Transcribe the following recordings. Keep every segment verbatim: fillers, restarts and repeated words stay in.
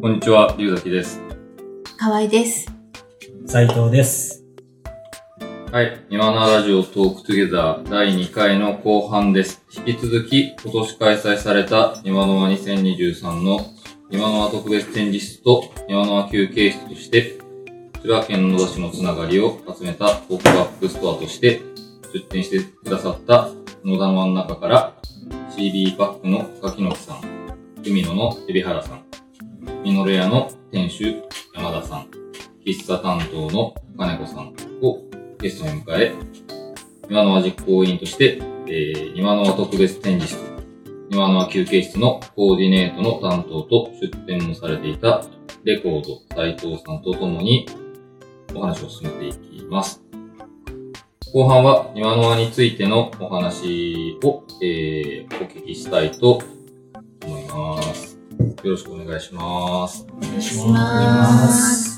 こんにちは、龍崎です。 河合です。 斉藤です。 はい、庭のラジオトークトゥゲザーだいにかいの後半です。引き続き今年開催された庭の輪にせんにじゅうさんの庭の輪特別展示室と庭の輪休憩室として千葉県野田市のつながりを集めたポップアップストアとして出展してくださった野田の輪の中から シーディー パックの柿野木さん、海野の海老原さん、ミノレ屋の店主山田さん、喫茶担当の金子さんをゲストに迎え、庭の輪実行委員として、えー、庭の輪特別展示室、庭の輪休憩室のコーディネートの担当と出展もされていたレコード斉藤さんと共にお話を進めていきます。後半は庭の輪についてのお話を、えー、お聞きしたいと思います。よろしくお願いします。 お願いします。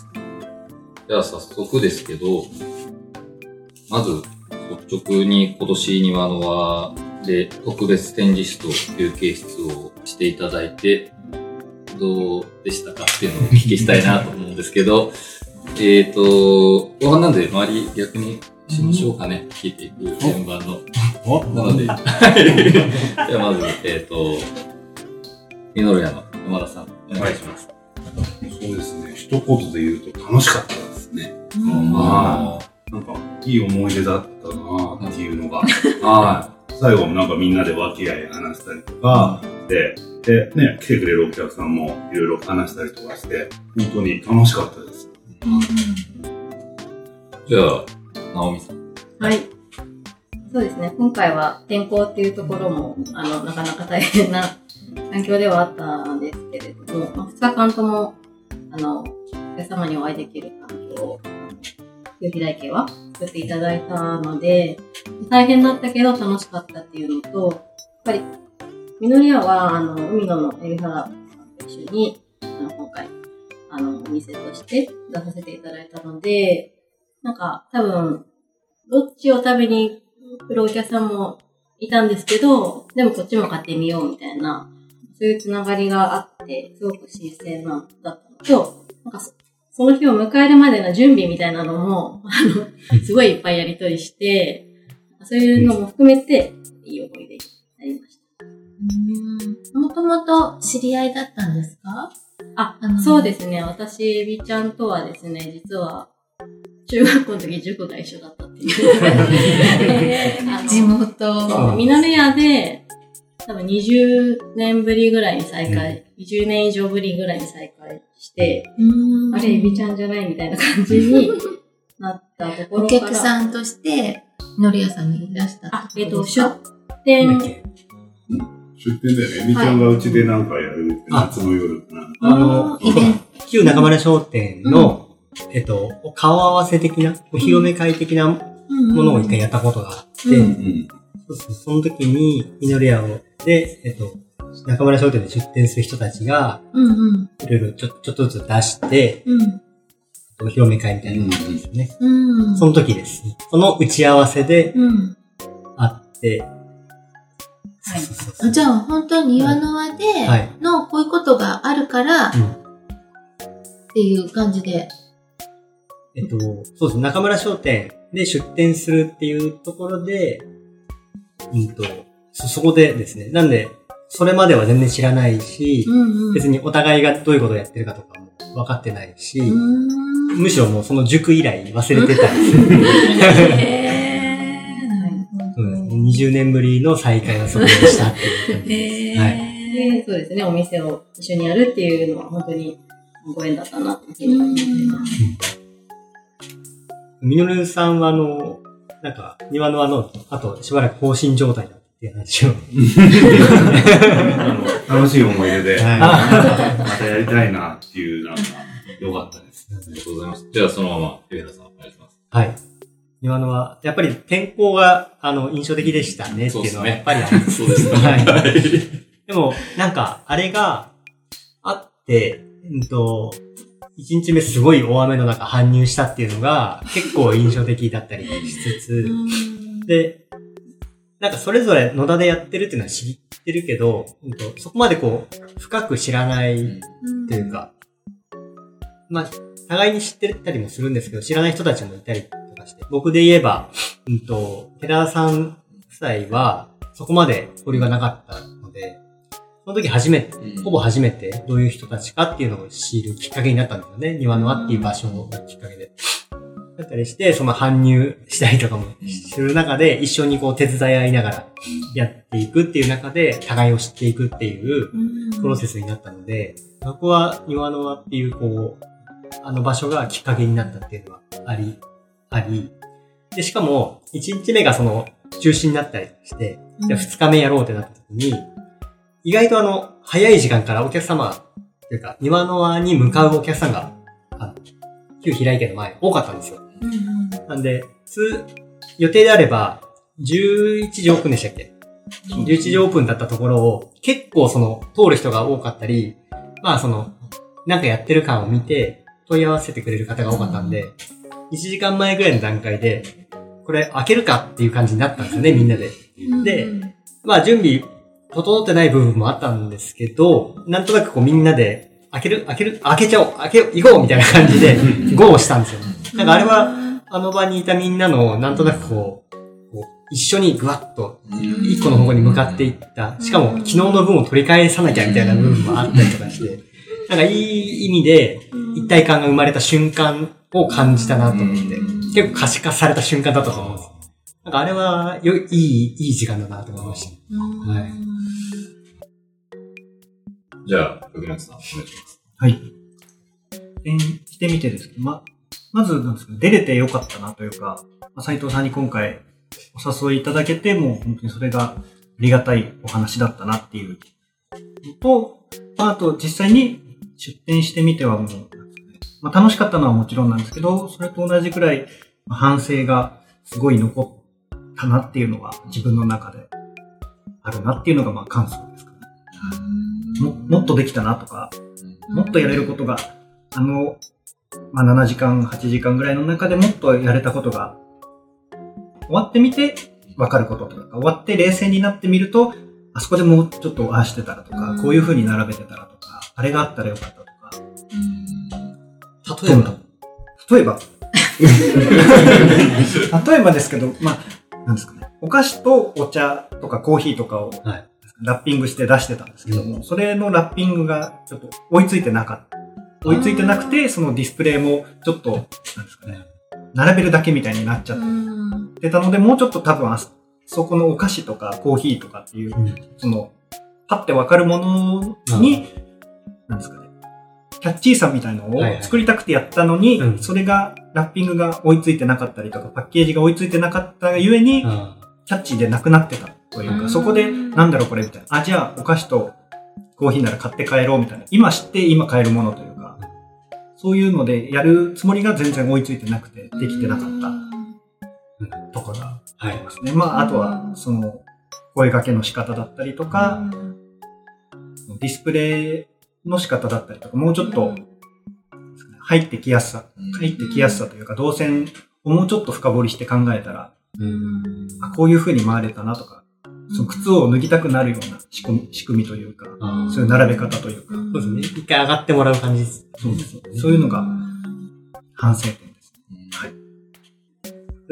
では早速ですけど、まず率直に今年庭の輪で特別展示室と休憩室をしていただいてどうでしたかっていうのをお聞きしたいなと思うんですけど、えっと後半なんで周り逆にしましょうかね、聞いていく順番の。なので、じゃあまずえっとミノルヤの山田さんお願いします。 そうですね。一言で言うと楽しかったですね。 うん、 まあ、なんかいい思い出だったなっていうのが、はい。最後もなんかみんなで和気あい話したりとかで、でね来てくれるお客さんもいろいろ話したりとかして本当に楽しかったです。 うん、 じゃあ直美さん。 はい。そうですね。今回は天候っていうところもあのなかなか大変な環境ではあったんですけれども、まあ、ふつかかんとも、あの、お客様にお会いできる環境を、空気台形は作っていただいたので、大変だったけど楽しかったっていうのと、やっぱり、ミノリアは、あの、海野の海老原さんと一緒に、あの、今回、あの、お店として出させていただいたので、なんか、多分、どっちを食べに来るお客さんもいたんですけど、でもこっちも買ってみようみたいな、そういうつながりがあって、すごく新鮮なだったのと、なんか そ, その日を迎えるまでの準備みたいなのも、あの、すごいいっぱいやりとりして、そういうのも含めて、いい思い出になりました。 うーん。もともと知り合いだったんですか？ あ、あのー、そうですね。私、エビちゃんとはですね、実は、中学校の時塾が一緒だったっていう。 地元。 ミノルヤで、多分にじゅうねんぶりぐらいに再会、うん、にじゅうねん以上ぶりぐらいに再会して、 うーん、 あれ、エビちゃんじゃないみたいな感じになったところから。 お客さんとして、のり屋さんにいらした。 あ、えっと、出店。 出店だよね。エビちゃんがうちでなんかやるって、夏の夜かな。 あの、旧中村商店の、うん、えっと、顔合わせ的な、お披露目会的なものを一回やったことがあって、うんうん、そうそう、その時に、ミノルヤを、で、えっと、中村商店で出店する人たちが、いろいろちょ、ちょっとずつ出して、うん、お披露目会みたいなのがあるんですよね。うん、その時です。その打ち合わせで、あって、 はいそうそうそう。じゃあ、本当に庭の輪で、の、こういうことがあるから、うん、っていう感じで。 えっと、そうです。中村商店で出店するっていうところで、うんと、そ、そこでですね。なんで、それまでは全然知らないし、うんうん、別にお互いがどういうことをやってるかとかも分かってないし、むしろもうその塾以来忘れてたんです。 へー、 うん、にじゅうねんぶりの再会をそこでしたっていう感じです。はいで。そうですね。お店を一緒にやるっていうのは本当にご縁だったなっていうふうに思ってます。 みのるさんはあの、なんか庭のあの、あとしばらく放心状態だっていう話を楽しい思い出で、はい、またやりたいなっていうのが良かったです。 ありがとうございます。じゃあそのまま海老原さんお願いします。 はい。庭のはやっぱり天候があの印象的でしたねっていうのはやっぱりあります。 そうですね。 はい。でもなんかあれがあって、うんと。一日目すごい大雨の中搬入したっていうのが結構印象的だったりしつつ、で、なんかそれぞれ野田でやってるっていうのは知ってるけど、そこまでこう深く知らないというか、 まあ、互いに知ってたりもするんですけど、知らない人たちもいたりとかして、僕で言えば、うんと、寺田さん夫妻は、そこまで交流がなかったので、その時初めて、ほぼ初めてどういう人たちかっていうのを知るきっかけになったんですよね。庭の輪っていう場所がきっかけで。だったりして、その搬入したりとかもする中で、一緒にこう手伝い合いながらやっていくっていう中で、互いを知っていくっていうプロセスになったので、そこは庭の輪っていうこう、あの場所がきっかけになったっていうのはあり、あり。で、しかも、一日目がその中止になったりして、じゃあ二日目やろうってなった時に、意外とあの、早い時間からお客様、というか、庭の輪に向かうお客さんが、あの、旧平井家の前、多かったんですよ。うんうん、なんで、通、予定であれば、じゅういちじオープンでしたっけ？ じゅういちじオープンだったところを、結構その、通る人が多かったり、まあその、なんかやってる感を見て、問い合わせてくれる方が多かったんで、いちじかんまえぐらいの段階で、これ開けるかっていう感じになったんですよね、みんなで。で、まあ準備、整ってない部分もあったんですけど、なんとなくこうみんなで、開ける、開ける、開けちゃおう、開けよう、行こうみたいな感じで、ゴーしたんですよ。なんかあれは、あの場にいたみんなの、なんとなくこう、こう一緒にぐわっと、一個の方向に向かっていった。しかも、昨日の分を取り返さなきゃみたいな部分もあったりとかして、なんかいい意味で、一体感が生まれた瞬間を感じたなと思って、結構可視化された瞬間だったと思うんです。なんかあれは、よ、いい、いい時間だなと思いました。はい。 じゃあ、徳松さん、お願いします。 はい。演してみてですけど、ま、まずなんですけど、出れてよかったなというか、斉藤さんに今回お誘いいただけて、もう本当にそれがありがたいお話だったなっていうのと、あと実際に出展してみてはもう、まあ、楽しかったのはもちろんなんですけど、それと同じくらい反省がすごい残ったなっていうのが自分の中であるなっていうのがまあ感想ですかね。も、もっとできたなとか、もっとやれることが、あの、まあ、ななじかん、はちじかんぐらいの中でもっとやれたことが、終わってみて分かることとか、終わって冷静になってみると、あそこでもうちょっとああしてたらとか、こういう風に並べてたらとか、あれがあったらよかったとか。 例えば例えば例えばですけど、まあ、なんですかね。お菓子とお茶とかコーヒーとかを、はい、ラッピングして出してたんですけども、うん、それのラッピングがちょっと追いついてなかった。追いついてなくて、そのディスプレイもちょっと、なんですかね、並べるだけみたいになっちゃってたので、もうちょっと多分あそこのお菓子とかコーヒーとかっていう、うん、その、パッてわかるものに、うん、なんですかね、キャッチーさみたいなのを作りたくてやったのに、はいはい、それが、ラッピングが追いついてなかったりとか、パッケージが追いついてなかったがゆえに、うん、キャッチーでなくなってたというか、そこで、なんだろうこれみたいな。あ、じゃあお菓子とコーヒーなら買って帰ろうみたいな。今知って今買えるものというか、そういうのでやるつもりが全然追いついてなくて、できてなかったところがありますね。まあ、あとは、その、声掛けの仕方だったりとか、ディスプレイの仕方だったりとか、もうちょっと、入ってきやすさ、入ってきやすさというか、動線をもうちょっと深掘りして考えたら、あ、こういう風に回れたなとか、その靴を脱ぎたくなるような仕組み、仕組みというか、そういう並べ方というか。 そうですね。一回上がってもらう感じです。 そうですね。そういうのが反省点です。はい。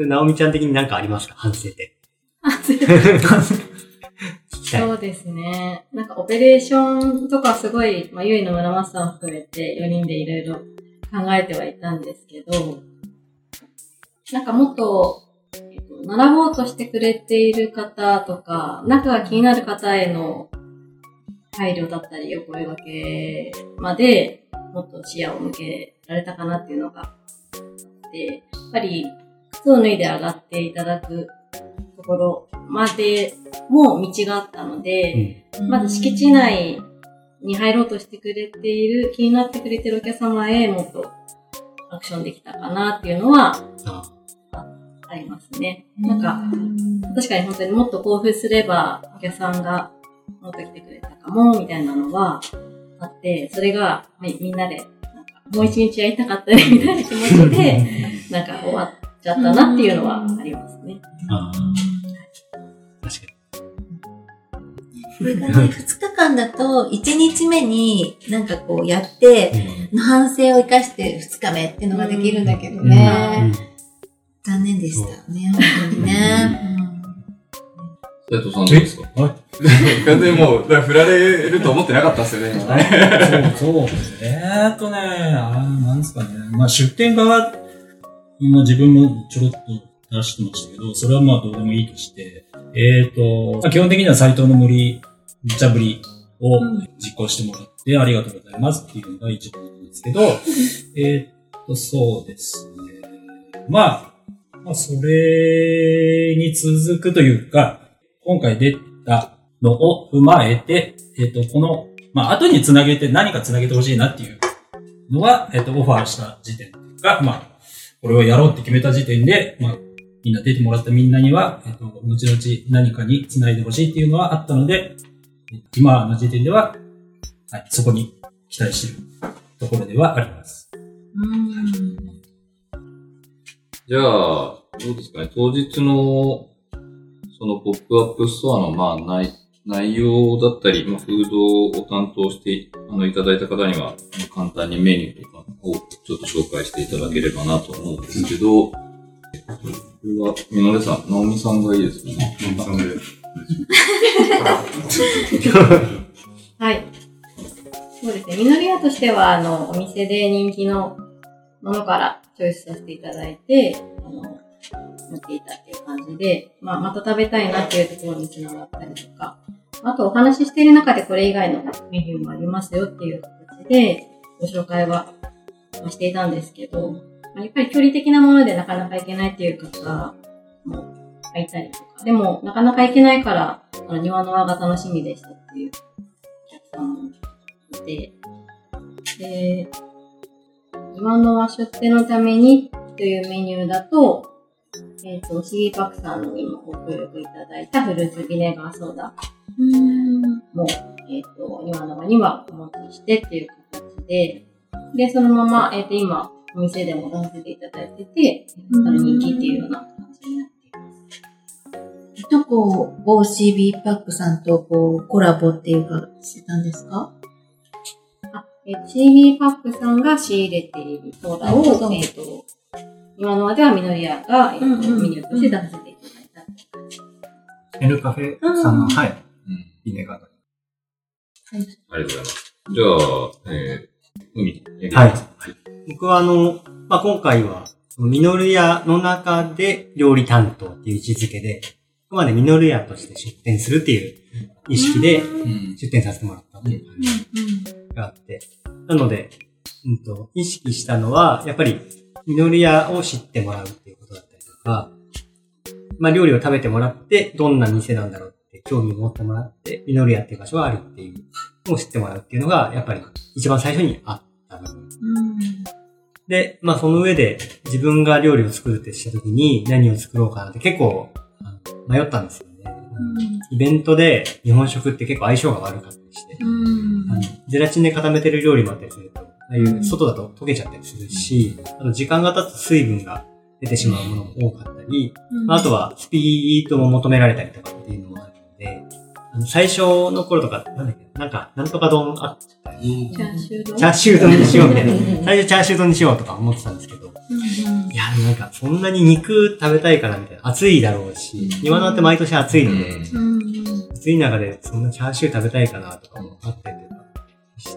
なおみちゃん的に何かありますか？反省点。 反省点。そうですね。なんかオペレーションとかすごい、まあ、ゆいの村松さんを含めてよにんでいろいろ考えてはいたんですけど、なんかもっと、学ぼうとしてくれている方とか、仲が気になる方への配慮だったり、お声掛けまでもっと視野を向けられたかなっていうのがあって、やっぱり靴を脱いで上がっていただくところまでも道があったので、うん、まず敷地内に入ろうとしてくれている、気になってくれているお客様へもっとアクションできたかなっていうのは、ありますね。なんか、確かに本当にもっと興奮すれば、お客さんがもっと来てくれたかも、みたいなのはあって、それがみんなで、なんかもう一日やりたかったね、みたいな気持ちで、なんか終わっちゃったなっていうのはありますね。 ああ、確かこれがね、ふつかかんだと、いちにちめになんかこうやって、反省を生かしてふつかめっていうのができるんだけどね。残念でしたね、本当にね。 斉藤さんどうですか？はい。完全にもう、振られると思ってなかったですよね、今ね。そう、そうですね。えーっとね、あーなんですかね。まあ、出店側、今自分もちょろっと出してましたけど、それはまあどうでもいいとして、えーっと、基本的には斉藤の無理、無茶ぶりを実行してもらって、ありがとうございますっていうのが一番なんですけど、えーっと、そうですね。まあ、まあ、それに続くというか、今回出たのを踏まえて、えっと、この、まあ、後につなげて何かつなげてほしいなっていうのが、えっと、オファーした時点が、まあ、これをやろうって決めた時点で、まあ、みんな出てもらったみんなには、えっと、後々何かにつないでほしいっていうのはあったので、今の時点では、はい、そこに期待しているところではあります。 うんじゃあ、どうですかね、当日の、そのポップアップストアの、まあ、内、内容だったり、まあ、フードを担当して、あの、いただいた方には、簡単にメニューとかをちょっと紹介していただければなと思うんですけど、これは、みのれさん、なおみさんがいいですかね。 なおみさんで。 はい。そうですね。みのり屋としては、あの、お店で人気のものからチョイスさせていただいて、あの、持っていたっていう感じで、まあ、また食べたいなっていうところにつながったりとか、あとお話ししている中でこれ以外のメニューもありますよっていう形でご紹介はしていたんですけど、やっぱり距離的なものでなかなか行けないっていう方もいたりとか、でもなかなか行けないから、あの庭の輪が楽しみでしたっていうお客さんもいて、で、庭の輪出店のためにというメニューだと、えっと、シギパックさんにもご協力いただいたフルーツビネガーソーダも、えっと、今の場にはお持ちしてっていう形で、で、そのまま、えっと、今、お店でも出させていただいてて、人気っていうような感じになっています。 どこを シービー パックさんとこうコラボっていうかしてたんですか？ あ、えっと、シービー パックさんが仕入れているソーダを、えっと、今のまではみのり屋が、えっと、メニューとして出させていただいたっていう感じ。 エルカフェさんの、はい、ビネガー。 はい。ありがとうございます。じゃあ、えー、海。 はい。僕はあの、まあ、今回は、みのる屋の中で料理担当っていう位置づけで、ここまでみのる屋として出店するっていう意識で出店させてもらったっていう感じがあって、なので、うんと、意識したのは、やっぱり、みのる屋を知ってもらうっていうことだったりとか、まあ、料理を食べてもらって、どんな店なんだろうって興味を持ってもらって、みのる屋っていう場所があるっていうのを知ってもらうっていうのが、やっぱり一番最初にあった部分。で、まあ、その上で自分が料理を作るってした時に何を作ろうかなって結構迷ったんですよね。イベントで日本食って結構相性が悪かったりして、あのゼラチンで固めてる料理もあったりすると、ああいう外だと溶けちゃったりするし、あと時間が経つと水分が出てしまうものも多かったり、あとはスピードも求められたりとかっていうのもあるので、あの最初の頃とか、なんだっけ、なんか、なんとか丼あったり、 チャーシュー丼チャーシュー丼にしようみたいな。最初チャーシュー丼にしようとか思ってたんですけど、いや、なんかそんなに肉食べたいからみたいな。暑いだろうし、庭のって毎年暑いので、暑い中でそんなチャーシュー食べたいかなとかもあったりとかして、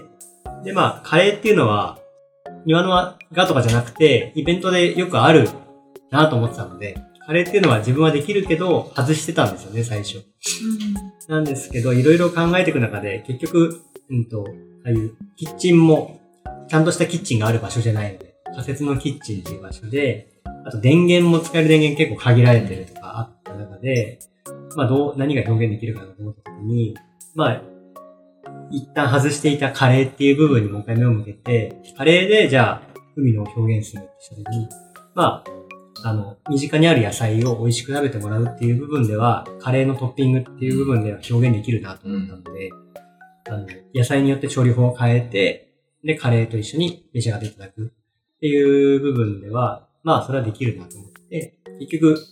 で、まあ、カレーっていうのは、庭のがとかじゃなくて、イベントでよくあるなと思ってたので、カレーっていうのは自分はできるけど、外してたんですよね、最初。なんですけど、いろいろ考えていく中で、結局、うんと、ああいうキッチンも、ちゃんとしたキッチンがある場所じゃないので、仮設のキッチンっていう場所で、あと電源も使える電源結構限られてるとかあった中で、まあどう、何が表現できるかなと思った時に、まあ、一旦外していたカレーっていう部分にもう一回目を向けて、カレーでじゃあ、海の表現するってした時に、まあ、あの、身近にある野菜を美味しく食べてもらうっていう部分では、カレーのトッピングっていう部分では表現できるなと思ったので、あの、野菜によって調理法を変えて、で、カレーと一緒に召し上がっていただくっていう部分では、まあ、それはできるなと思って、結局、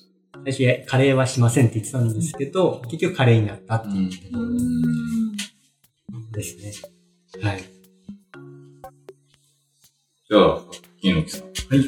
最初カレーはしませんって言ってたんですけど、結局カレーになったっていうところですね。はい。 じゃあ、猪木さん。 はい。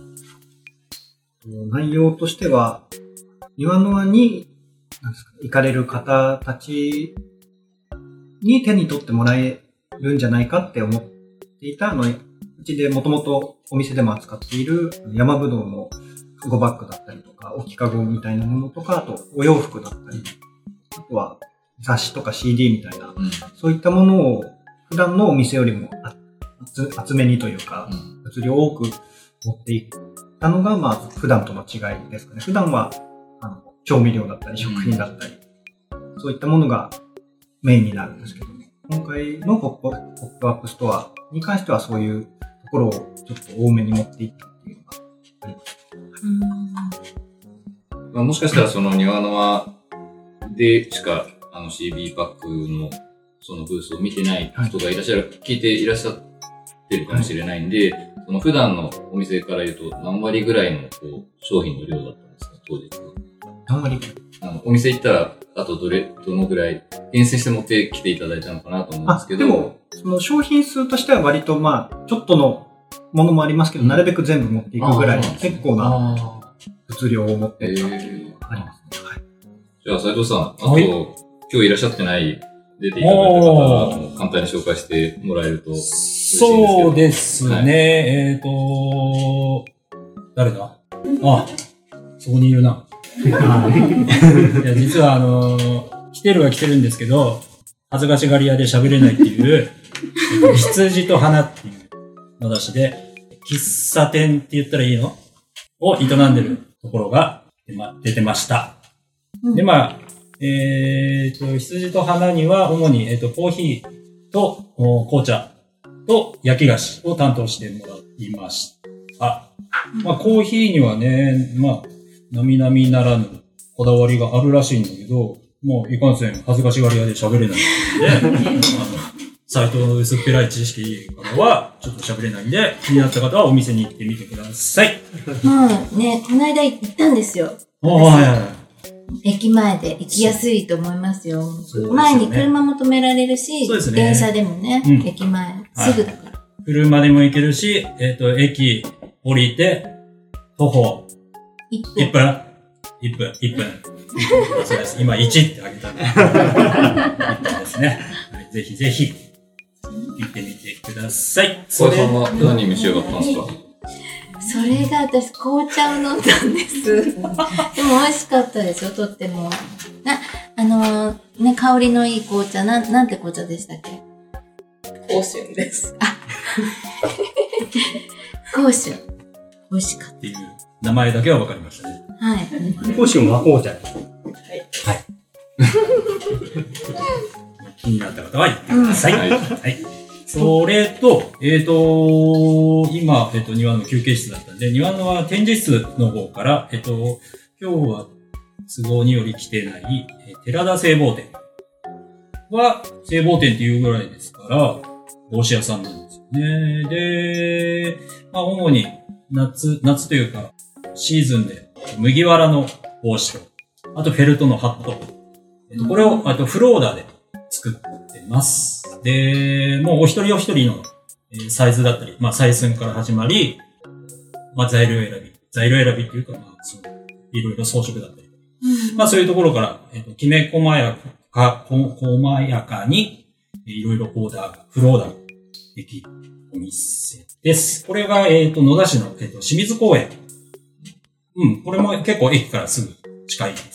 内容としては、庭の輪になんですか行かれる方たちに手に取ってもらえるんじゃないかって思っていた、あの、うちでもともとお店でも扱っている山ぶどうのカゴバッグだったりとか、置きカゴみたいなものとか、あとお洋服だったり、あとは雑誌とか シーディー みたいな、うん、そういったものを普段のお店よりも厚めにというか、物量多く持っていったのが、まあ、普段との違いですかね。普段は、あの、調味料だったり、食品だったり、うん、そういったものがメインになるんですけども、今回のポップ、ポップアップストアに関してはそういうところをちょっと多めに持っていったっていうのがあります。 うんまあ、もしかしたらその庭の輪でしか、あの シービー パックのそのブースを見てない人がいらっしゃる、はい、聞いていらっしゃってるかもしれないんで、はい、その普段のお店から言うと何割ぐらいのこう商品の量だったんですか、当日。 何割あのお店行ったら、あとどれ、どのぐらい、厳選して持ってきていただいたのかなと思うんですけど。 でも、その商品数としては割とまあ、ちょっとのものもありますけど、なるべく全部持っていくぐらい、結構な物量を持っていたっていうのがありますね。はい。 じゃあ、斉藤さん、あと、はい、今日いらっしゃってない、出ていただいた方も簡単に紹介してもらえると嬉しいんですけど。 そうですね。はい、えっ、ー、と、誰だあ、そこにいるな。いや実はあのー、来てるは来てるんですけど、恥ずかしがり屋で喋れないっていう、羊と花っていうの出しで、喫茶店って言ったらいいのを営んでるところが出てました。うん、で、まあ、えっ、ー、と、羊と花には主に、えっ、ー、と、コーヒーと紅茶と焼き菓子を担当してもらいました。まあ、コーヒーにはね、まあ、並々ならぬこだわりがあるらしいんだけど、もういかんせん恥ずかしがり屋で喋れないので、サイトの薄っぺらい知識からはちょっと喋れないんで、気になった方はお店に行ってみてください。 うん、ね、この間行ったんですよ。 はいはい。 駅前で行きやすいと思いますよ。すよね、前に車も止められるし、ね、電車でもね、うん、駅前、すぐだから、はい。 車でも行けるし、えっと、駅降りて、徒歩いっぷん。いっぷん。いっぷん。いっぷん。そうです。今いちってあげたんで。いっぷんですね。はい、ぜひぜひ、行ってみてください。 小田さんは何召し上がったんですか？ それが私、紅茶を飲んだんです。でも美味しかったですよ、とっても。な、あのー、ね、香りのいい紅茶、なん、なんて紅茶でしたっけ？ 香春です。あ、 香春。美味しかった。 っていう名前だけは分かりましたね。 はい。 香春は紅茶です。はい。 はい。気になった方は言ってください。うん、はい。はい。それと、えっ、ー、と、今、えっ、ー、と、庭の休憩室だったんで、庭のは展示室の方から、えっ、ー、と、今日は都合により来てない、えー、寺田製帽店は、製帽店っていうぐらいですから、帽子屋さんなんですよね。で、まあ、主に夏、夏というか、シーズンで麦わらの帽子と、あとフェルトのハット。えっと、これを、あとフルオーダーで作ってます。で、もうお一人お一人のサイズだったり、まあ採寸から始まり、まあ材料選び。材料選びっていうか、まあ、その、いろいろ装飾だったり。うん、まあそういうところから、えっと、きめ細やか、細やかに、いろいろオーダー、フルオーダーできるお店です。これが、えっと、野田市の、えっと、清水公園。うん、これも結構駅からすぐ近いです。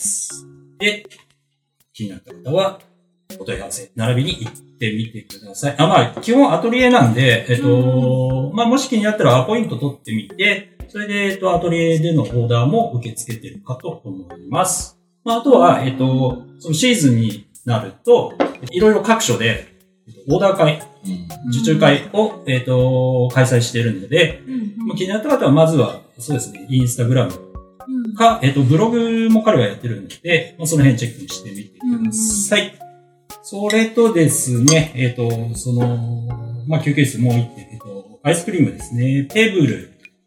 で、気になった方は、お問い合わせ、並びに行ってみてください。あ、まあ、基本アトリエなんで、えっと、まあ、もし気になったらアポイント取ってみて、それで、えっと、アトリエでのオーダーも受け付けてるかと思います。まあ、あとは、えっと、そのシーズンになると、いろいろ各所で、オーダー会、受注会を、えっと、開催しているので、まあ、気になった方は、まずは、そうですね、インスタグラムか、えっと、ブログも彼はやってるので、まあ、その辺チェックしてみてください。それとですね、えっと、その、まあ、休憩室もう一点、えっと、アイスクリームですね。テーブル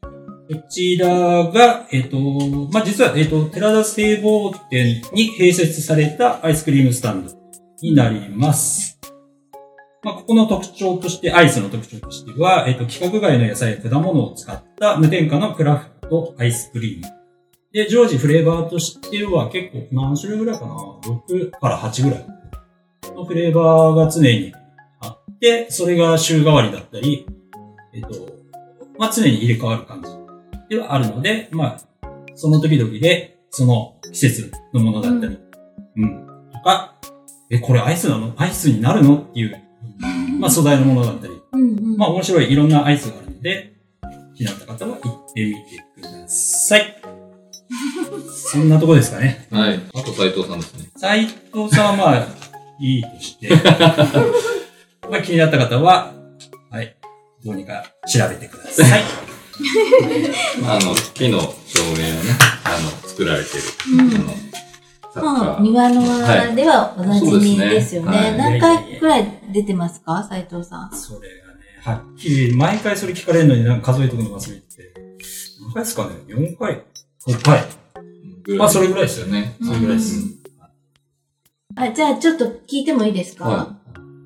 こちらが、えっ、と、まあ、実は、えっ、と、寺田製棒店に併設されたアイスクリームスタンドになります。まあ、ここの特徴として、アイスの特徴としては、えっ、と、規格外の野菜や果物を使った無添加のクラフトアイスクリーム。で、常時フレーバーとしては結構何種類ぐらいかな ?ろく からはちぐらいのフレーバーが常にあって、それが週替わりだったり、えっ、と、まあ、常に入れ替わる感じではあるので、まあ、その時々で、その季節のものだったり、うん、うん、とか、え、これアイスなの？アイスになるのっていう、まあ、素材のものだったり、うんうん、まあ、面白いいろんなアイスがあるので、気になった方は行ってみてください。そんなとこですかね。 はい。あと斉藤さんですね。 斉藤さんはまあ、いいとして、まあ、気になった方は、はい、どうにか調べてください。 あの、木の照明をね、あの、作られてる、うん、あの、作家。 まあ、庭の輪ではおなじみですよね。はい、何回くらい出てますか、斉藤さん。 それがね、はっきり、毎回それ聞かれるのになんか数えとくの忘れてて、何回ですかね ?よん 回 ?ご 回。まあ、それぐらいですよね。それぐらいです。 あ、じゃあ、ちょっと聞いてもいいですか？はい、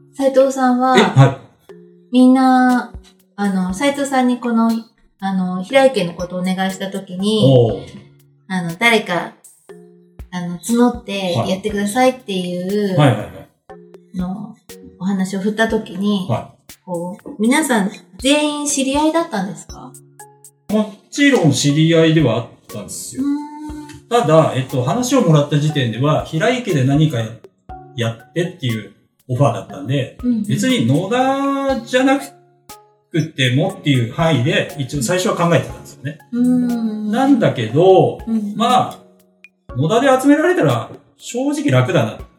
斉藤さんは、 はい、 みんな、あの、斉藤さんにこの、あの、平井家のことをお願いしたときに、あの、誰か、あの、募ってやってくださいっていうの、お話を振ったときに、はい、こう、皆さん全員知り合いだったんですか？ もちろん知り合いではあったんですよ。ただ、えっと、話をもらった時点では、平井家で何かやってっていうオファーだったんで、うん、別に野田じゃなくてもっていう範囲で、一応最初は考えてたんですよね。うんなんだけど、うん、まあ、野田で集められたら正直楽だな。確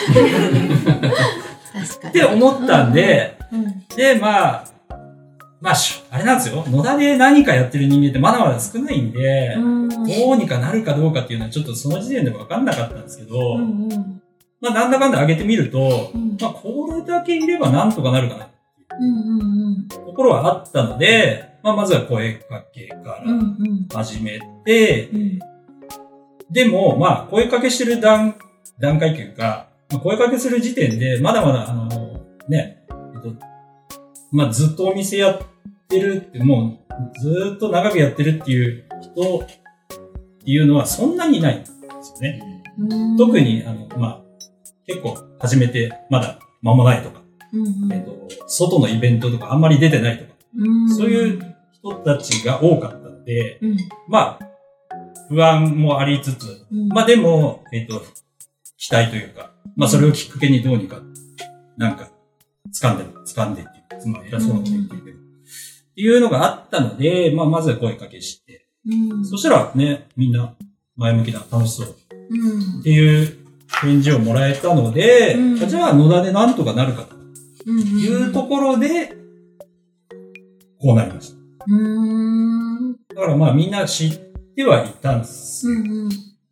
かに。 って思ったんで、うんうん、で、まあ、まあ、あれなんですよ。野田で何かやってる人間ってまだまだ少ないんで、うん、どうにかなるかどうかっていうのはちょっとその時点で分かんなかったんですけど、うんうん、まあなんだかんだ上げてみると、うん、まあこれだけいればなんとかなるかな、うんうんうん、ところはあったので、まあまずは声かけから始めて、うんうん、でもまあ声かけしてる段、段階というか、まあ、声かけする時点でまだまだあの、ね、えっと、まあずっとお店やってるって、もうずっと長くやってるっていう人っていうのはそんなにいないんですよね。特に、あの、まあ、結構始めてまだ間もないとか、うんうん、えっと、外のイベントとかあんまり出てないとか、うん、そういう人たちが多かったので、うん、まあ、不安もありつつ、うん、まあでも、えっと、期待というか、まあそれをきっかけにどうにか、なんか、掴んで、掴んでっていう、つまり偉そうなこと言ってるけど、うん、っていうのがあったので、まあまずは声かけして、うん、そしたらね、みんな前向きな、楽しそう、うん、っていう返事をもらえたので、うん、じゃあ野田でなんとかなるかというところで、こうなりました。うん、だからまあみんな知ってはいたんです。うんうん、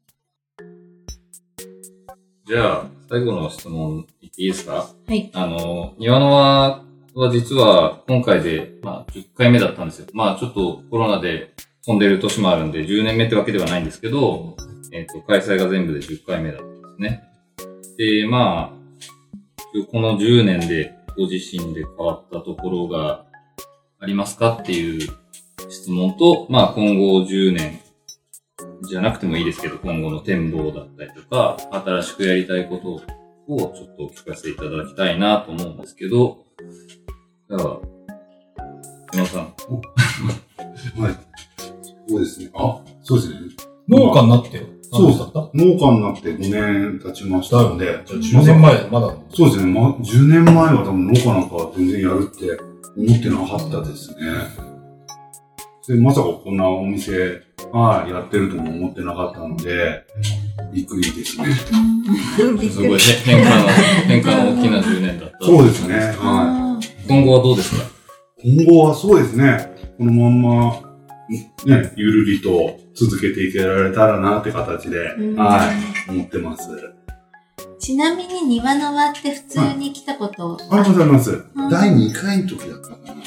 じゃあ、最後の質問いっていいですか？ はい。 あの、庭の輪は実は今回で、まあじゅっかいめだったんですよ。まあちょっとコロナで飛んでる年もあるんでじゅうねんめってわけではないんですけど、えっと、開催が全部でじゅっかいめだったんですね。で、まあ、このじゅうねんでご自身で変わったところがありますかっていう質問と、まあ今後じゅうねんじゃなくてもいいですけど、今後の展望だったりとか、新しくやりたいことをちょっとお聞かせいただきたいなと思うんですけど、じゃあ、山田さん。 はい。そうですね。あ、そうですね。 農家になってよ。 そうだった。農家になってごねん経ちましたので。 じゃあじゅうねんまえまだ。 そうですね。ま、じゅうねんまえは多分農家なんかは全然やるって思ってなかったですね。でまさかこんなお店、はい、やってるとも思ってなかったので、びっくりですね。 すごい変化の、変化の大きなじゅうねんだった。 そうですね。はい。 今後はどうですか？ 今後はそうですね。このまんま、ね、ゆるりと続けていけられたらなって形で、はい、思ってます。 ちなみに庭の輪って普通に来たこと、 はい、ありがとうございます。だいにかいの時だったかな。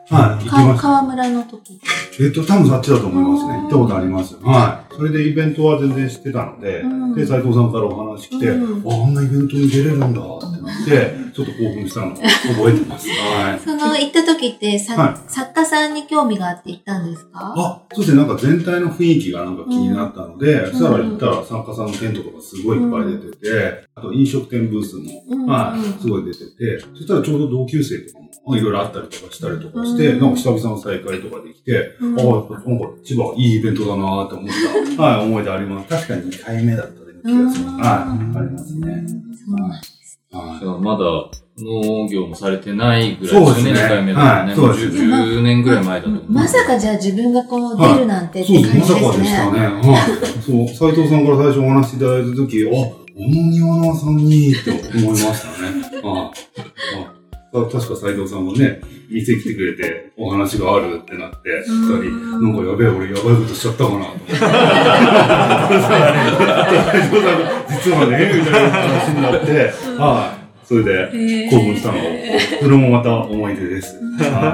はい、行きました。 川村の時。 えっと、多分あっちだと思いますね。行ったことあります。はい。それでイベントは全然知ってたので、うん、で、斉藤さんからお話来て、うん、あ、あんなイベントに出れるんだってなって、ちょっと興奮したのを覚えてます。はい。 その行った時ってさ、はい、作家さんに興味があって行ったんですか？ あ、そうですね。なんか全体の雰囲気がなんか気になったので、うん、そしたら行ったら作家さんのテントとかすごいいっぱい出てて、うん、あと飲食店ブースも、うん、はい、すごい出てて、そしたらちょうど同級生とかもいろいろあったりとかしたりとかして、うん、なんか久々の再会とかできて、うん、ああ、なんか千葉いいイベントだなって思った、はい、思い出あります。確かににかいめだった気がする。はい、ありますね。 そうなんですね。 はい、まだ農業もされてないぐらいですね、にかいめだからね。 そうですね。 じゅうねんぐらい前だと思う。 まさかじゃあ自分がこう出るなんてって感じですね。 そう、まさかでしたね。はい。そう、斉藤さんから最初お話しいただいたとき、あ、あの庭のさんにって思いましたね。ああ、確か斉藤さんもね、店来てくれてお話があるってなって、二人、なんかやべえ、俺やばいことしちゃったかなと思って。斉藤さんが、実はね、みたいな話になって、はい。それで興奮したのを、それもまた思い出です。はい。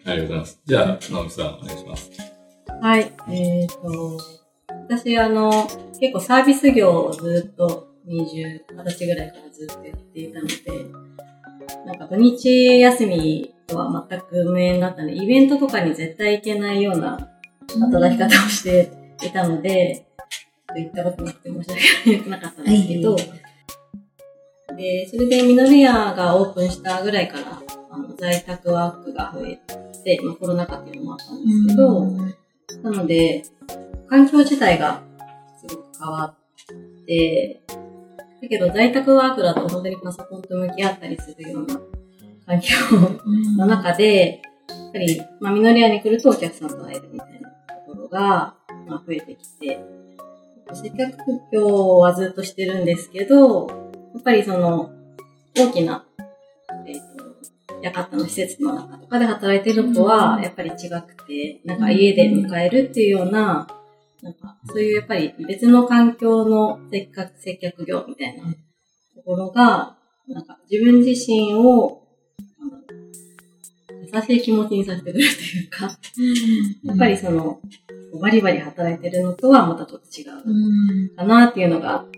ありがとうございます。じゃあ、直美さん、お願いします。 はい。えっと、私、あの、結構サービス業をずっとにじゅう、はたちぐらいからずっとやっていたので、なんか土日休みとは全く無縁だったので、イベントとかに絶対行けないような働き方をしていたので、言ったことなくて申し訳なかったんですけど、で、それでミノルヤがオープンしたぐらいから、あの在宅ワークが増えて、まあ、コロナ禍っていうのもあったんですけど、なので、環境自体がすごく変わって、だけど在宅ワークだと本当にパソコンと向き合ったりするような環境の中で、やっぱり、まあ、ミノルヤに来るとお客さんと会えるみたいなところが、まあ、増えてきて、接客業はずっとしてるんですけど、やっぱりその、大きな、えっと、館の施設の中とかで働いてるのとは、やっぱり違くて、なんか家で迎えるっていうような、なんか、そういうやっぱり別の環境の接客、接客業みたいなところが、なんか自分自身を、優しい気持ちにさせてくれるというか、やっぱりその、バリバリ働いてるのとはまたちょっと違うかなっていうのがあって、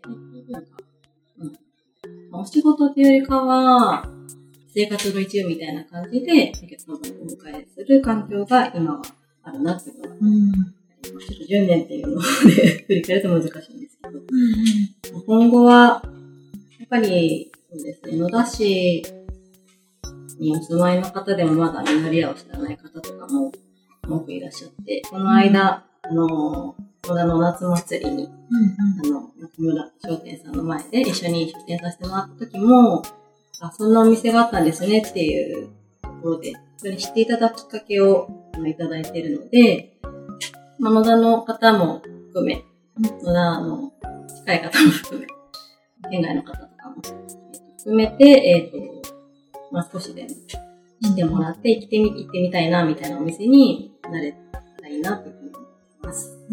なんかうん、お仕事っていうよりかは、生活の一部みたいな感じで、お客様をお迎えする環境が今はあるなっていうのが、うん、ちょっとじゅうねんっていうので振り返ると難しいんですけど、うん、今後は、やっぱり、そうですね、野田市にお住まいの方でもまだミノルヤを知らない方とかも多くいらっしゃって、この間、あの、野田の夏祭りに、うんうん、あの、中村商店さんの前で一緒に出店させてもらった時も、あ、そんなお店があったんですねっていうところで、それに知っていただくきっかけをいただいているので、まあ、野田の方も含め、野田の近い方も含め、県外の方とかも含めて、えっと、まあ、少しでも知ってもらって行ってみ、行ってみたいな、みたいなお店になれたらいいな、というふうに思います。うん、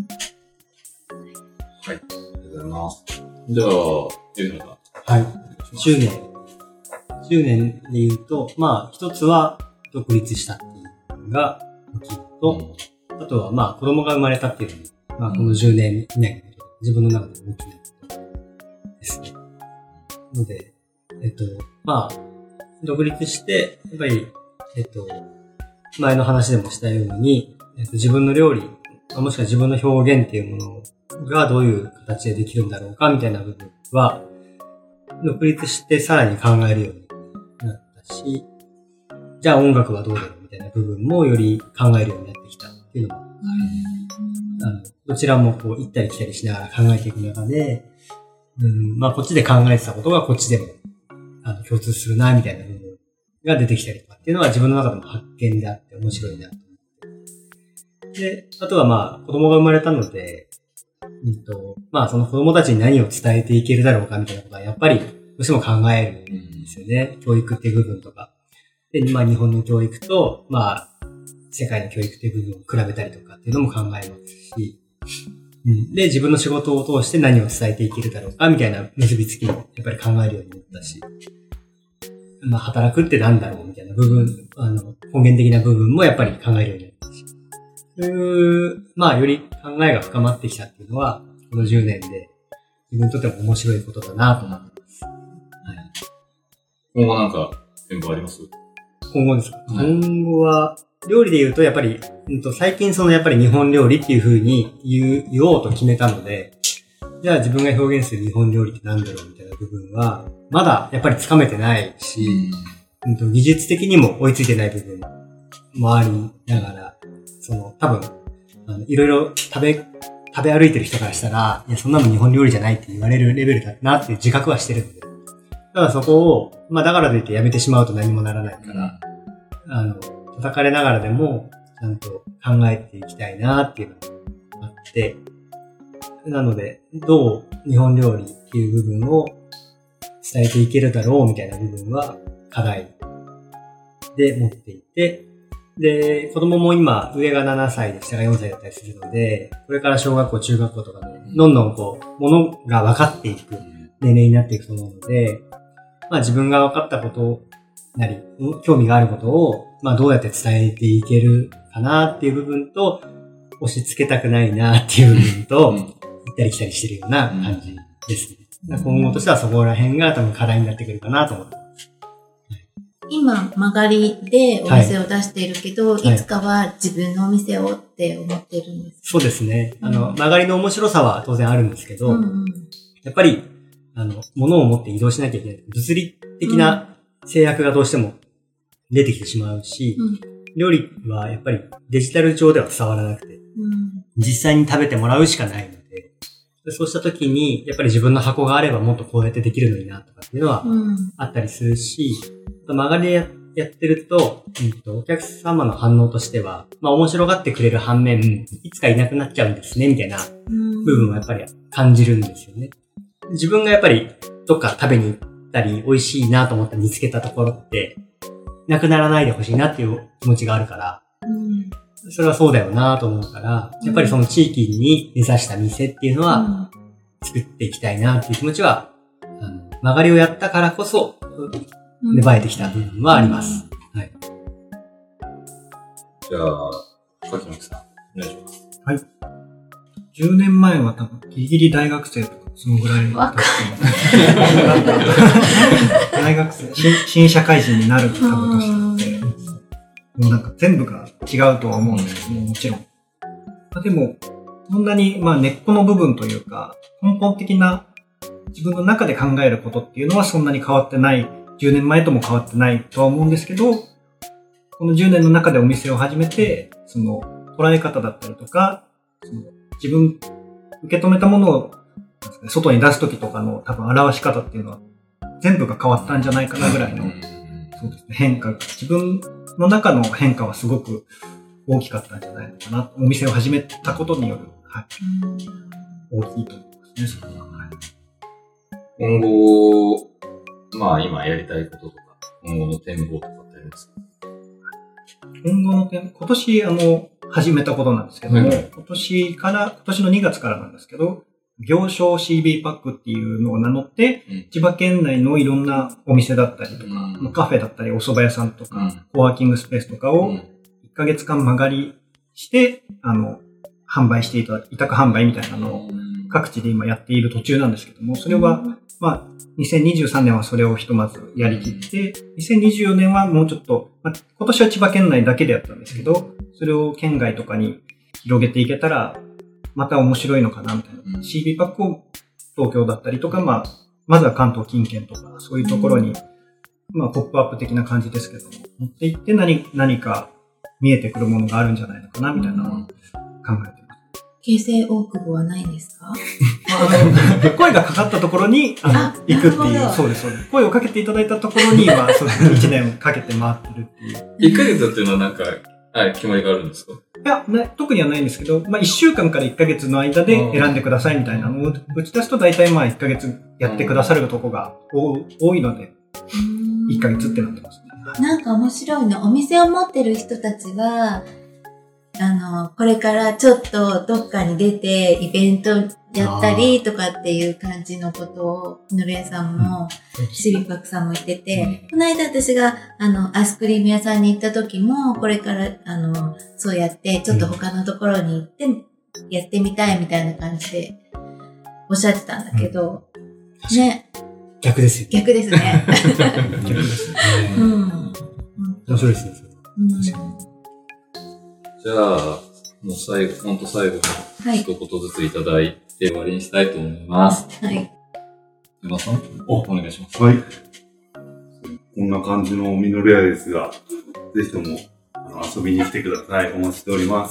はい。ありがとうございます。じゃあ、ゆうのさん。はい。じゅうねん。じゅうねんで言うと、まあ、一つは独立したっていうのが大きいと、うん、あとはまあ、子供が生まれたっていうのも、まあ、このじゅうねん以内の自分の中で大きなことですね。ので、えっと、まあ、独立して、やっぱり、えっと、前の話でもしたように、えっと、自分の料理、もしくは自分の表現っていうものがどういう形でできるんだろうかみたいな部分は、独立してさらに考えるようになったし、じゃあ音楽はどうだろうみたいな部分もより考えるようになってきたっていうのもある。あのどちらもこう行ったり来たりしながら考えていく中で、うん、まあこっちで考えてたことがこっちでもあの共通するなみたいな部分が出てきたりとかっていうのは自分の中でも発見であって面白いなと思って。で、あとはまあ子供が生まれたので、うんと、まあその子供たちに何を伝えていけるだろうかみたいなことはやっぱりどうしても考えるんですよね。教育っていう部分とか。で、まあ日本の教育と、まあ世界の教育っていう部分を比べたりとかっていうのも考えますし、うん、で、自分の仕事を通して何を伝えていけるだろうかみたいな結びつきもやっぱり考えるようになったし、 まあ、働くってなんだろうみたいな部分、あの、根源的な部分もやっぱり考えるようになったし。そういう、まあ、より考えが深まってきたっていうのは、このじゅうねんで自分にとっても面白いことだなと思ってます。はい。 今後なんか、展望あります？ 今後ですか、 はい、 今後は、料理で言うと、やっぱり、うんと、最近そのやっぱり日本料理っていう風に言う、言おうと決めたので、じゃあ自分が表現する日本料理って何だろうみたいな部分は、まだやっぱりつかめてないし、うんと、技術的にも追いついてない部分もありながら、その、多分、あの、いろいろ食べ、食べ歩いてる人からしたら、いや、そんなの日本料理じゃないって言われるレベルだなっていう自覚はしてるんで。だからそこを、まあだからといってやめてしまうと何もならないから、あの、叩かれながらでも、ちゃんと考えていきたいなっていうのがあって、なので、どう日本料理っていう部分を伝えていけるだろうみたいな部分は課題で持っていて、で、子供も今、上がななさいで下がよんさいだったりするので、これから小学校、中学校とかで、どんどんこう、ものが分かっていく年齢になっていくと思うので、まあ自分が分かったことなり、興味があることを、まあどうやって伝えていけるかなっていう部分と、押し付けたくないなっていう部分と、行ったり来たりしてるような感じですね。今後としてはそこら辺が多分課題になってくるかなと思ってます。 今、曲がりでお店を出しているけど、はい、いつかは自分のお店をって思ってるんですか？ そうですね。あの、曲がりの面白さは当然あるんですけど、うんうん、やっぱり、あの、物を持って移動しなきゃいけない。物理的な制約がどうしても出てきてしまうし、うん、料理はやっぱりデジタル上では伝わらなくて、うん、実際に食べてもらうしかないので、そうした時に、やっぱり自分の箱があればもっとこうやってできるのになとかっていうのはあったりするし、うん、曲がりで や, やってると、うんと、お客様の反応としては、まあ面白がってくれる反面、いつかいなくなっちゃうんですね、みたいな部分はやっぱり感じるんですよね。自分がやっぱりどっか食べに行ったり、美味しいなと思って見つけたところって、なくならないでほしいなっていう気持ちがあるから、うん、それはそうだよなと思うから、やっぱりその地域に根ざした店っていうのは、作っていきたいなっていう気持ちは、あの曲がりをやったからこそ、芽生えてきた部分はあります。はい。 じゃあ、柿巻さん、お願いします。 はい。じゅうねんまえは多分、ギリギリ大学生とか、そのぐらいだった。大学生新、新社会人になる多分年なので、もうなんか全部が違うとは思うんですけども、もちろん。まあ、でも、そんなに、まあ根っこの部分というか、根本的な自分の中で考えることっていうのはそんなに変わってない、じゅうねんまえとも変わってないとは思うんですけど、このじゅうねんの中でお店を始めて、その捉え方だったりとか、その自分、受け止めたものを外に出すときとかの多分表し方っていうのは全部が変わったんじゃないかなぐらいの、そうですね、変化が、自分の中の変化はすごく大きかったんじゃないのかな。お店を始めたことによる、はい、大きいと思いますね、それは。はい、 今後、まあ今やりたいこととか、今後の展望とかってありますか？ 今後の展、今年あの、始めたことなんですけども、うん、今年から、今年のにがつからなんですけど、行商 シービー パックっていうのを名乗って、うん、千葉県内のいろんなお店だったりとか、うん、カフェだったりお蕎麦屋さんとか、うん、コワーキングスペースとかをいっかげつかん曲がりして、あの、販売していただく、委託販売みたいなのを各地で今やっている途中なんですけども、それは、まあ、にせんにじゅうさんねんはそれをひとまずやりきって、にせんにじゅうよねんはもうちょっと、まあ、今年は千葉県内だけでやったんですけど、それを県外とかに広げていけたら、また面白いのかなみたいな。シービー パックを東京だったりとか、まあ、まずは関東近県とか、そういうところに、まあ、ポップアップ的な感じですけども、持っていって何、何か見えてくるものがあるんじゃないのかなみたいなのを考えてます。 京成大久保はないんですか？ 声がかかったところにあのあ行くっていう、そうです、そうです。声をかけていただいたところには、そうです。いちねんかけて回ってるっていう。 いっかげつっていうのはなんか、はい、決まりがあるんですか？ いや、ね、特にはないんですけど、まあ、いっしゅうかんからいっかげつの間で選んでくださいみたいなのを打ち出すと大体まあいっかげつやってくださるとこが多いので、いっかげつってなってますね。 なんか面白いの。お店を持ってる人たちは、 あの、これからちょっとどっかに出てイベントやったりとかっていう感じのことを、みのりやさんも、シビパクさんも言ってて、この間私が、あの、アイスクリーム屋さんに行った時も、これから、あの、そうやって、ちょっと他のところに行って、やってみたいみたいな感じで、おっしゃってたんだけど、ね。 逆ですよ。 逆ですね。 逆ですね。うん。面白いですね。確かに。 じゃあ、もう最後、ほんと最後に一言ずついただいて終わりにしたいと思います。 はい。 山さん、お、お願いします。 はい。こんな感じのみのり屋ですが、ぜひともあの遊びに来てください。お待ちしております。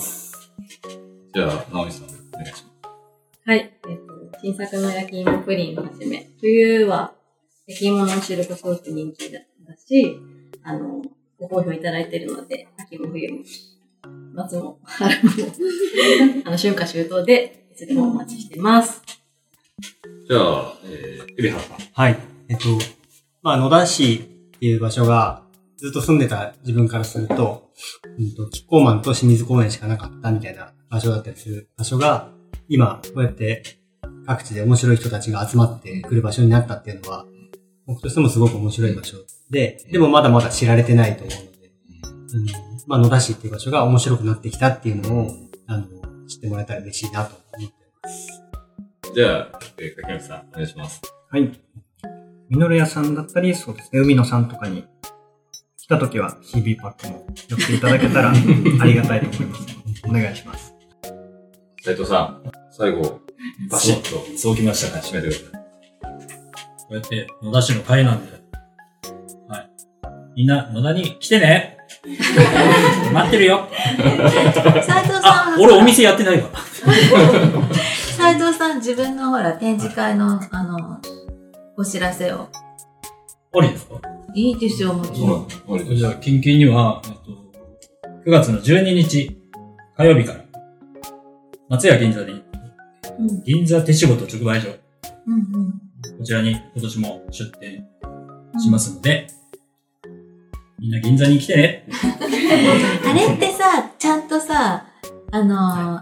じゃあ、直美さん、お願いします。 はい。えっと、新作の焼き芋プリンをはじめ、冬は焼き芋のシルクソース人気だし、あの、ご好評いただいているので、秋も冬も、夏も春も、あの、春夏秋冬で、いつでもお待ちしてます。 じゃあ、えー、海老原さん。 はい。えっと、まあ、野田市っていう場所が、ずっと住んでた自分からすると、うんと、キッコーマンと清水公園しかなかったみたいな場所だったりする場所が、今、こうやって各地で面白い人たちが集まってくる場所になったっていうのは、僕としてもすごく面白い場所で、でもまだまだ知られてないと思うので、うん、まあ、野田市っていう場所が面白くなってきたっていうのを、あの、知ってもらえたら嬉しいなと思ってます。 じゃあ、えー、柿本さん、お願いします。 はい。みのる屋さんだったり、そうですね、海野さんとかに来たときは シービー パックも寄っていただけたらありがたいと思います。お願いします。 斉藤さん、最後、バシッと。 そうきましたね。 締めてください。 こうやって、野田市の会なんで。はい。みんな、野田に来てね待ってるよ斉藤さん。 俺お店やってないわ。 斉藤さん、自分のほら、展示会の、あの、お知らせを。 ありですか？ いいですよ、もちろん。 じゃあ、近々には、えっと、くがつのじゅうににち、火曜日から、松屋銀座に、うん、銀座手仕事直売所、うんうん、こちらに今年も出店しますので、うん、みんな銀座に来てね。 あれってさ、ちゃんとさ、あのーはい、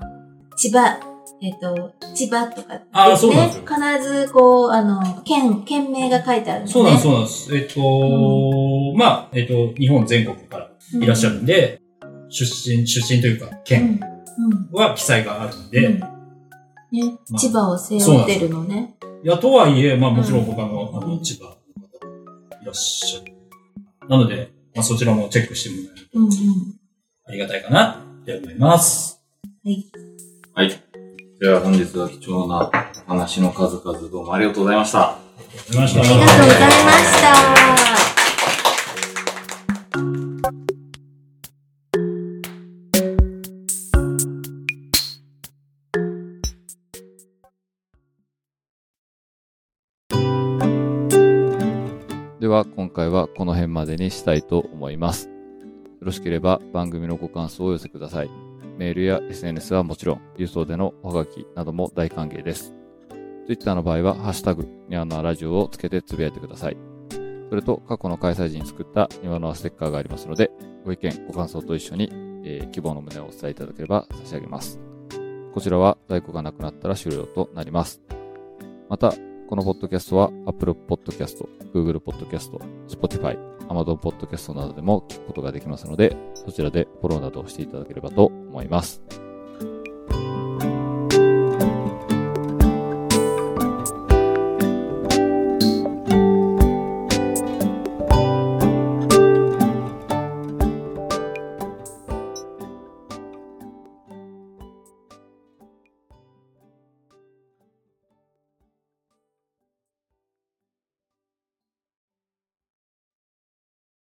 千葉、えっ、ー、と、千葉とか、ね、 あ、そうなんですよ。 必ずこう、あの、県、県名が書いてあるんですね。 そうなんです、そうなんです。えっ、ー、と、うん、まあ、えっ、ー、と、日本全国からいらっしゃるんで、うん、出身、出身というか、県は記載があるんで、うんうんね、まあ、千葉を背負ってるのね。 いや、とはいえ、まあもちろん他の、うん、あの、千葉の方いらっしゃる。なので、まあそちらもチェックしてもらえると、うんうん、ありがたいかなって思います。 はい。 はい。では本日は貴重なお話の数々どうもありがとうございました。 ありがとうございました。 ありがとうございました。 では今回はこの辺までにしたいと思います。よろしければ番組のご感想をお寄せください。メールや エスエヌエス はもちろん、郵送でのおはがきなども大歓迎です。Twitter の場合は、ハッシュタグ、ニワノアラジオをつけてつぶやいてください。それと、過去の開催時に作ったニワノアステッカーがありますので、ご意見、ご感想と一緒に、えー、希望の旨をお伝えいただければ差し上げます。こちらは在庫がなくなったら終了となります。また、このポッドキャストは Apple Podcast、Google Podcast、Spotify、Amazon Podcast などでも聞くことができますので、そちらでフォローなどをしていただければと思います。